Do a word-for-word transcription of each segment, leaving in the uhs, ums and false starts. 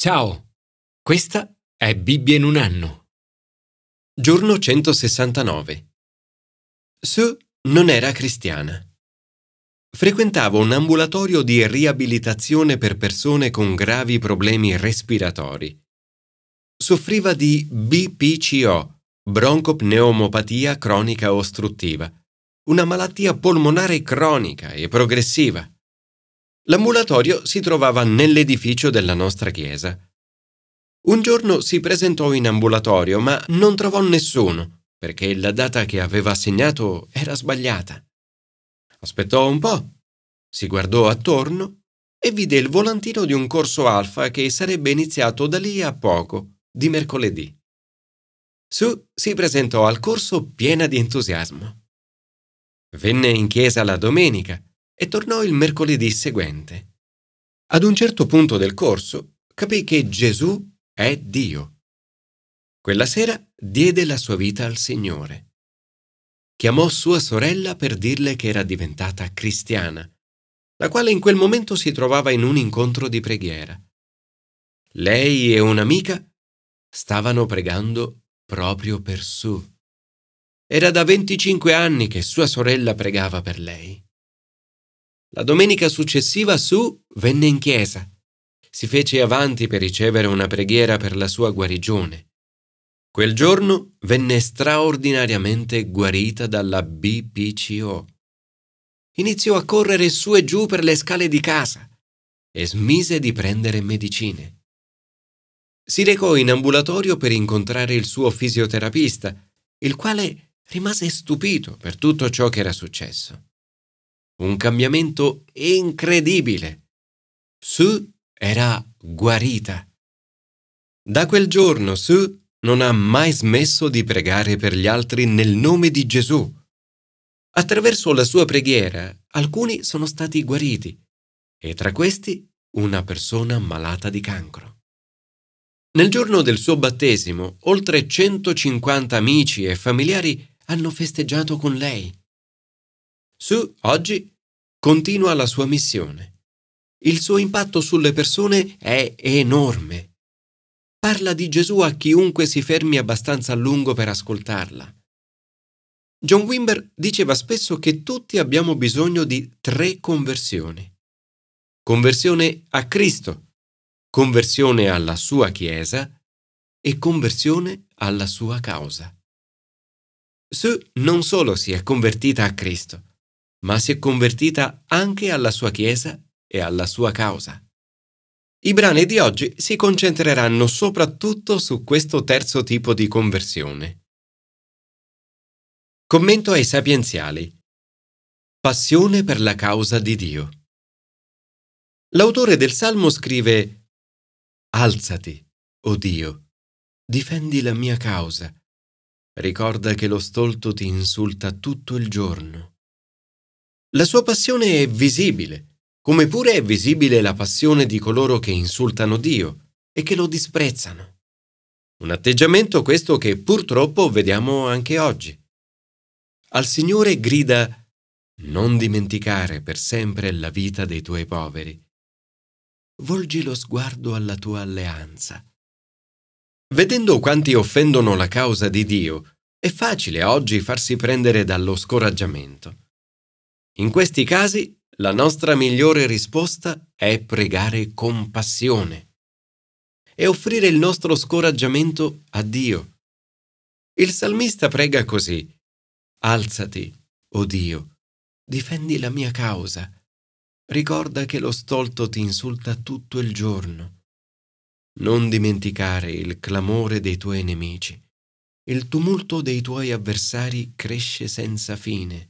Ciao, questa è Bibbia in un anno. Giorno centosessantanove. Sue non era cristiana. Frequentava un ambulatorio di riabilitazione per persone con gravi problemi respiratori. Soffriva di B P C O, broncopneumopatia cronica ostruttiva, una malattia polmonare cronica e progressiva. L'ambulatorio si trovava nell'edificio della nostra chiesa. Un giorno si presentò in ambulatorio, ma non trovò nessuno, perché la data che aveva assegnato era sbagliata. Aspettò un po', si guardò attorno e vide il volantino di un corso alfa che sarebbe iniziato da lì a poco, di mercoledì. Sue si presentò al corso piena di entusiasmo. Venne in chiesa la domenica e tornò il mercoledì seguente. Ad un certo punto del corso capì che Gesù è Dio. Quella sera diede la sua vita al Signore. Chiamò sua sorella per dirle che era diventata cristiana, la quale in quel momento si trovava in un incontro di preghiera. Lei e un'amica stavano pregando proprio per Sue. Era da venticinque anni che sua sorella pregava per lei. La domenica successiva Sue venne in chiesa. Si fece avanti per ricevere una preghiera per la sua guarigione. Quel giorno venne straordinariamente guarita dalla B P C O. Iniziò a correre su e giù per le scale di casa e smise di prendere medicine. Si recò in ambulatorio per incontrare il suo fisioterapista, il quale rimase stupito per tutto ciò che era successo. Un cambiamento incredibile. Sue era guarita. Da quel giorno Sue non ha mai smesso di pregare per gli altri nel nome di Gesù. Attraverso la sua preghiera, alcuni sono stati guariti e tra questi una persona malata di cancro. Nel giorno del suo battesimo, oltre centocinquanta amici e familiari hanno festeggiato con lei. Sue oggi continua la sua missione. Il suo impatto sulle persone è enorme. Parla di Gesù a chiunque si fermi abbastanza a lungo per ascoltarla. John Wimber diceva spesso che tutti abbiamo bisogno di tre conversioni. Conversione a Cristo, conversione alla sua Chiesa e conversione alla sua causa. Sue non solo si è convertita a Cristo, ma si è convertita anche alla sua Chiesa e alla sua causa. I brani di oggi si concentreranno soprattutto su questo terzo tipo di conversione. Commento ai sapienziali. Passione per la causa di Dio. L'autore del Salmo scrive: Alzati, o Dio, difendi la mia causa. Ricorda che lo stolto ti insulta tutto il giorno. La sua passione è visibile, come pure è visibile la passione di coloro che insultano Dio e che lo disprezzano. Un atteggiamento questo che purtroppo vediamo anche oggi. Al Signore grida: non dimenticare per sempre la vita dei tuoi poveri. Volgi lo sguardo alla tua alleanza. Vedendo quanti offendono la causa di Dio, è facile oggi farsi prendere dallo scoraggiamento. In questi casi, la nostra migliore risposta è pregare con passione e offrire il nostro scoraggiamento a Dio. Il salmista prega così: Alzati, o Dio, difendi la mia causa. Ricorda che lo stolto ti insulta tutto il giorno. Non dimenticare il clamore dei tuoi nemici. Il tumulto dei tuoi avversari cresce senza fine.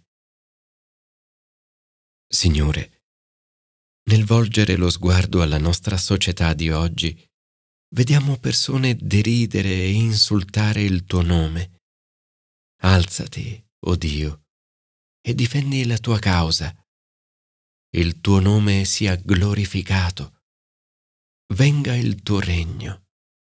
Signore, nel volgere lo sguardo alla nostra società di oggi, vediamo persone deridere e insultare il tuo nome. Alzati, o Dio, e difendi la tua causa. Il tuo nome sia glorificato. Venga il tuo regno.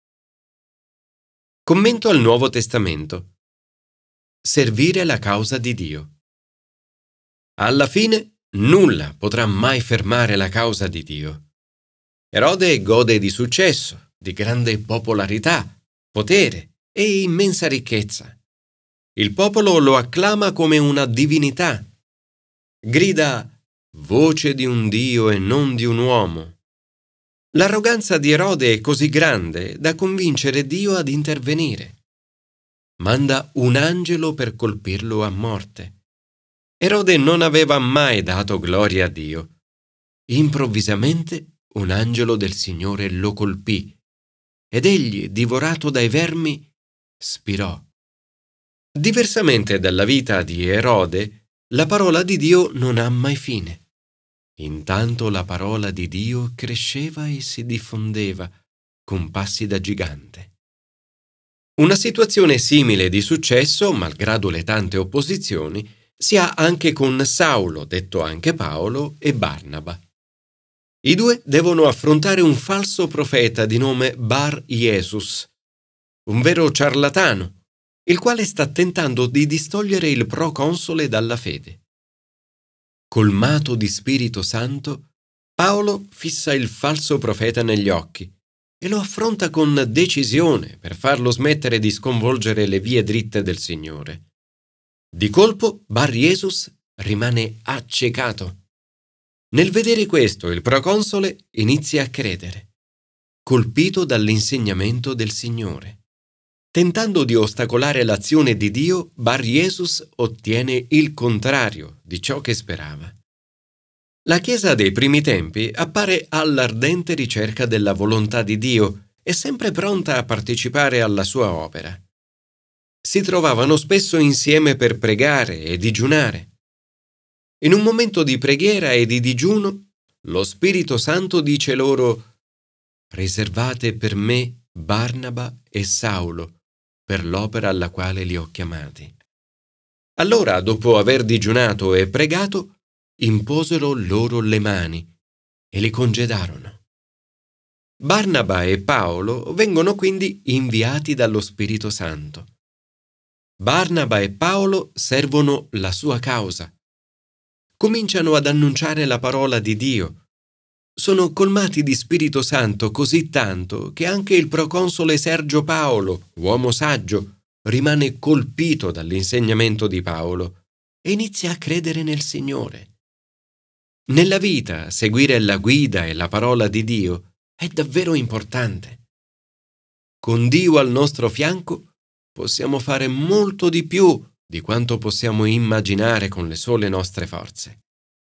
Commento al Nuovo Testamento. Servire la causa di Dio. Alla fine, nulla potrà mai fermare la causa di Dio. Erode gode di successo, di grande popolarità, potere e immensa ricchezza. Il popolo lo acclama come una divinità. Grida «Voce di un Dio e non di un uomo». L'arroganza di Erode è così grande da convincere Dio ad intervenire. Manda un angelo per colpirlo a morte. Erode non aveva mai dato gloria a Dio. Improvvisamente un angelo del Signore lo colpì ed egli, divorato dai vermi, spirò. Diversamente dalla vita di Erode, la parola di Dio non ha mai fine. Intanto la parola di Dio cresceva e si diffondeva con passi da gigante. Una situazione simile di successo, malgrado le tante opposizioni, si ha anche con Saulo, detto anche Paolo, e Barnaba. I due devono affrontare un falso profeta di nome Bar Jesus, un vero ciarlatano, il quale sta tentando di distogliere il proconsole dalla fede. Colmato di Spirito Santo, Paolo fissa il falso profeta negli occhi e lo affronta con decisione per farlo smettere di sconvolgere le vie dritte del Signore. Di colpo, Bar Jesus rimane accecato. Nel vedere questo, il proconsole inizia a credere, colpito dall'insegnamento del Signore. Tentando di ostacolare l'azione di Dio, Bar Jesus ottiene il contrario di ciò che sperava. La Chiesa dei primi tempi appare all'ardente ricerca della volontà di Dio e sempre pronta a partecipare alla sua opera. Si trovavano spesso insieme per pregare e digiunare. In un momento di preghiera e di digiuno, lo Spirito Santo dice loro: «Riservate per me Barnaba e Saulo per l'opera alla quale li ho chiamati». Allora, dopo aver digiunato e pregato, imposero loro le mani e li congedarono. Barnaba e Paolo vengono quindi inviati dallo Spirito Santo. Barnaba e Paolo servono la sua causa. Cominciano ad annunciare la parola di Dio. Sono colmati di Spirito Santo così tanto che anche il proconsole Sergio Paolo, uomo saggio, rimane colpito dall'insegnamento di Paolo e inizia a credere nel Signore. Nella vita, seguire la guida e la parola di Dio è davvero importante. Con Dio al nostro fianco possiamo fare molto di più di quanto possiamo immaginare con le sole nostre forze.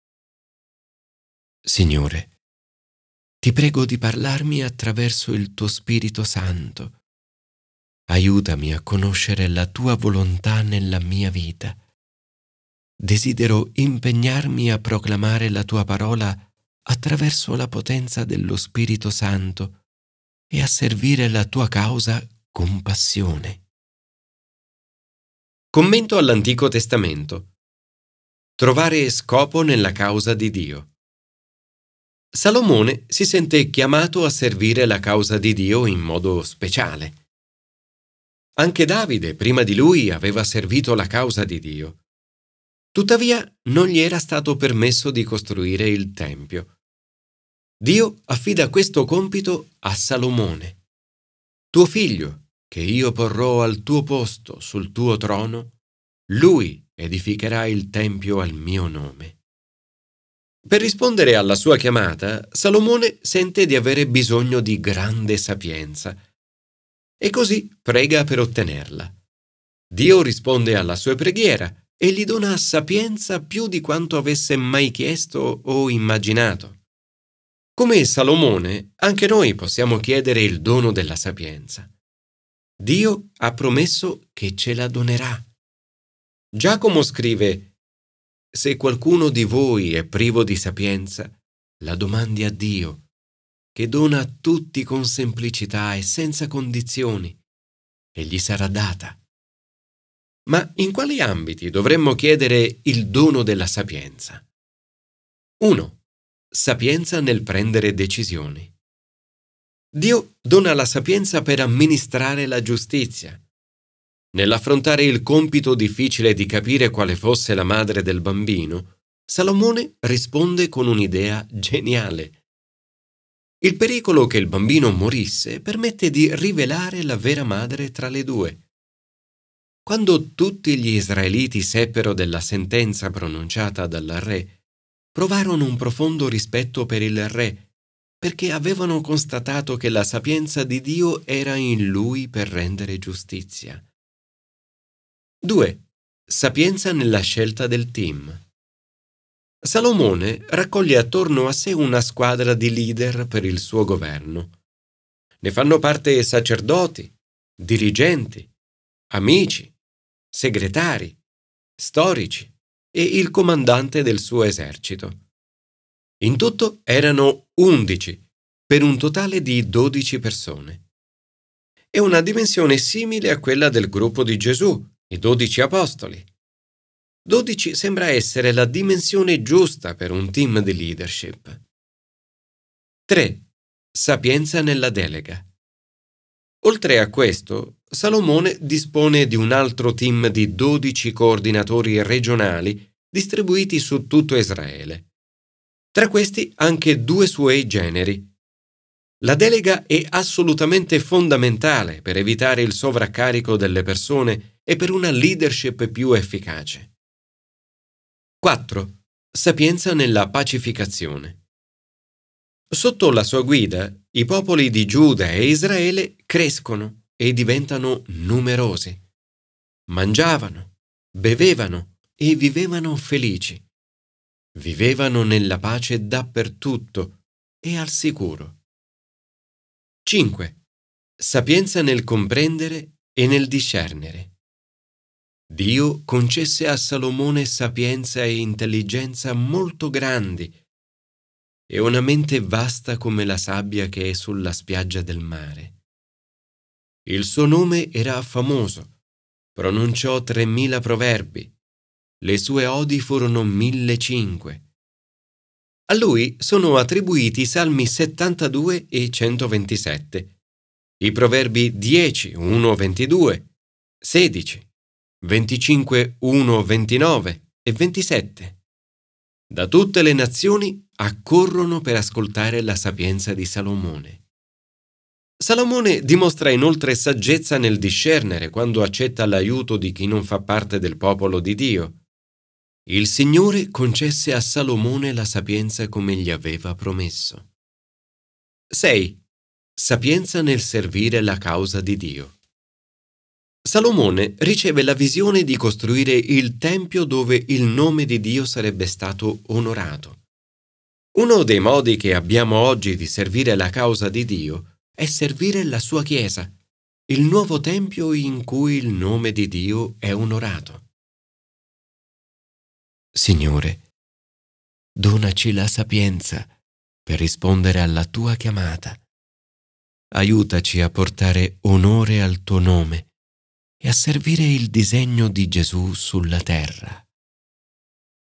Signore, ti prego di parlarmi attraverso il tuo Spirito Santo. Aiutami a conoscere la tua volontà nella mia vita. Desidero impegnarmi a proclamare la tua parola attraverso la potenza dello Spirito Santo e a servire la tua causa con passione. Commento all'Antico Testamento. Trovare scopo nella causa di Dio. Salomone si sente chiamato a servire la causa di Dio in modo speciale. Anche Davide, prima di lui, aveva servito la causa di Dio. Tuttavia, non gli era stato permesso di costruire il Tempio. Dio affida questo compito a Salomone. Tuo figlio, che io porrò al tuo posto sul tuo trono, lui edificherà il Tempio al mio nome. Per rispondere alla sua chiamata, Salomone sente di avere bisogno di grande sapienza e così prega per ottenerla. Dio risponde alla sua preghiera e gli dona sapienza più di quanto avesse mai chiesto o immaginato. Come Salomone, anche noi possiamo chiedere il dono della sapienza. Dio ha promesso che ce la donerà. Giacomo scrive: «Se qualcuno di voi è privo di sapienza, la domandi a Dio, che dona a tutti con semplicità e senza condizioni, e gli sarà data». Ma in quali ambiti dovremmo chiedere il dono della sapienza? uno. Sapienza nel prendere decisioni. Dio dona la sapienza per amministrare la giustizia. Nell'affrontare il compito difficile di capire quale fosse la madre del bambino, Salomone risponde con un'idea geniale. Il pericolo che il bambino morisse permette di rivelare la vera madre tra le due. Quando tutti gli israeliti seppero della sentenza pronunciata dal re, provarono un profondo rispetto per il re, perché avevano constatato che la sapienza di Dio era in lui per rendere giustizia. due. Sapienza nella scelta del team. Salomone raccoglie attorno a sé una squadra di leader per il suo governo. Ne fanno parte sacerdoti, dirigenti, amici, segretari, storici e il comandante del suo esercito. In tutto erano undici, per un totale di dodici persone. È una dimensione simile a quella del gruppo di Gesù, i dodici apostoli. dodici sembra essere la dimensione giusta per un team di leadership. tre. Sapienza nella delega. Oltre a questo, Salomone dispone di un altro team di dodici coordinatori regionali distribuiti su tutto Israele. Tra questi anche due suoi generi. La delega è assolutamente fondamentale per evitare il sovraccarico delle persone e per una leadership più efficace. quattro. Sapienza nella pacificazione. Sotto la sua guida, i popoli di Giuda e Israele crescono e diventano numerosi. Mangiavano, bevevano e vivevano felici. Vivevano nella pace dappertutto e al sicuro. cinque. Sapienza nel comprendere e nel discernere. Dio concesse a Salomone sapienza e intelligenza molto grandi e una mente vasta come la sabbia che è sulla spiaggia del mare. Il suo nome era famoso, pronunciò tremila proverbi, le sue odi furono mille cinque. A lui sono attribuiti i Salmi settantadue e centoventisette, i proverbi dieci, uno, ventidue, sedici, venticinque, uno, ventinove e ventisette. Da tutte le nazioni accorrono per ascoltare la sapienza di Salomone. Salomone dimostra inoltre saggezza nel discernere quando accetta l'aiuto di chi non fa parte del popolo di Dio. Il Signore concesse a Salomone la sapienza come gli aveva promesso. sei. Sapienza nel servire la causa di Dio. Salomone riceve la visione di costruire il tempio dove il nome di Dio sarebbe stato onorato. Uno dei modi che abbiamo oggi di servire la causa di Dio è servire la sua Chiesa, il nuovo tempio in cui il nome di Dio è onorato. Signore, donaci la sapienza per rispondere alla tua chiamata. Aiutaci a portare onore al tuo nome e a servire il disegno di Gesù sulla terra.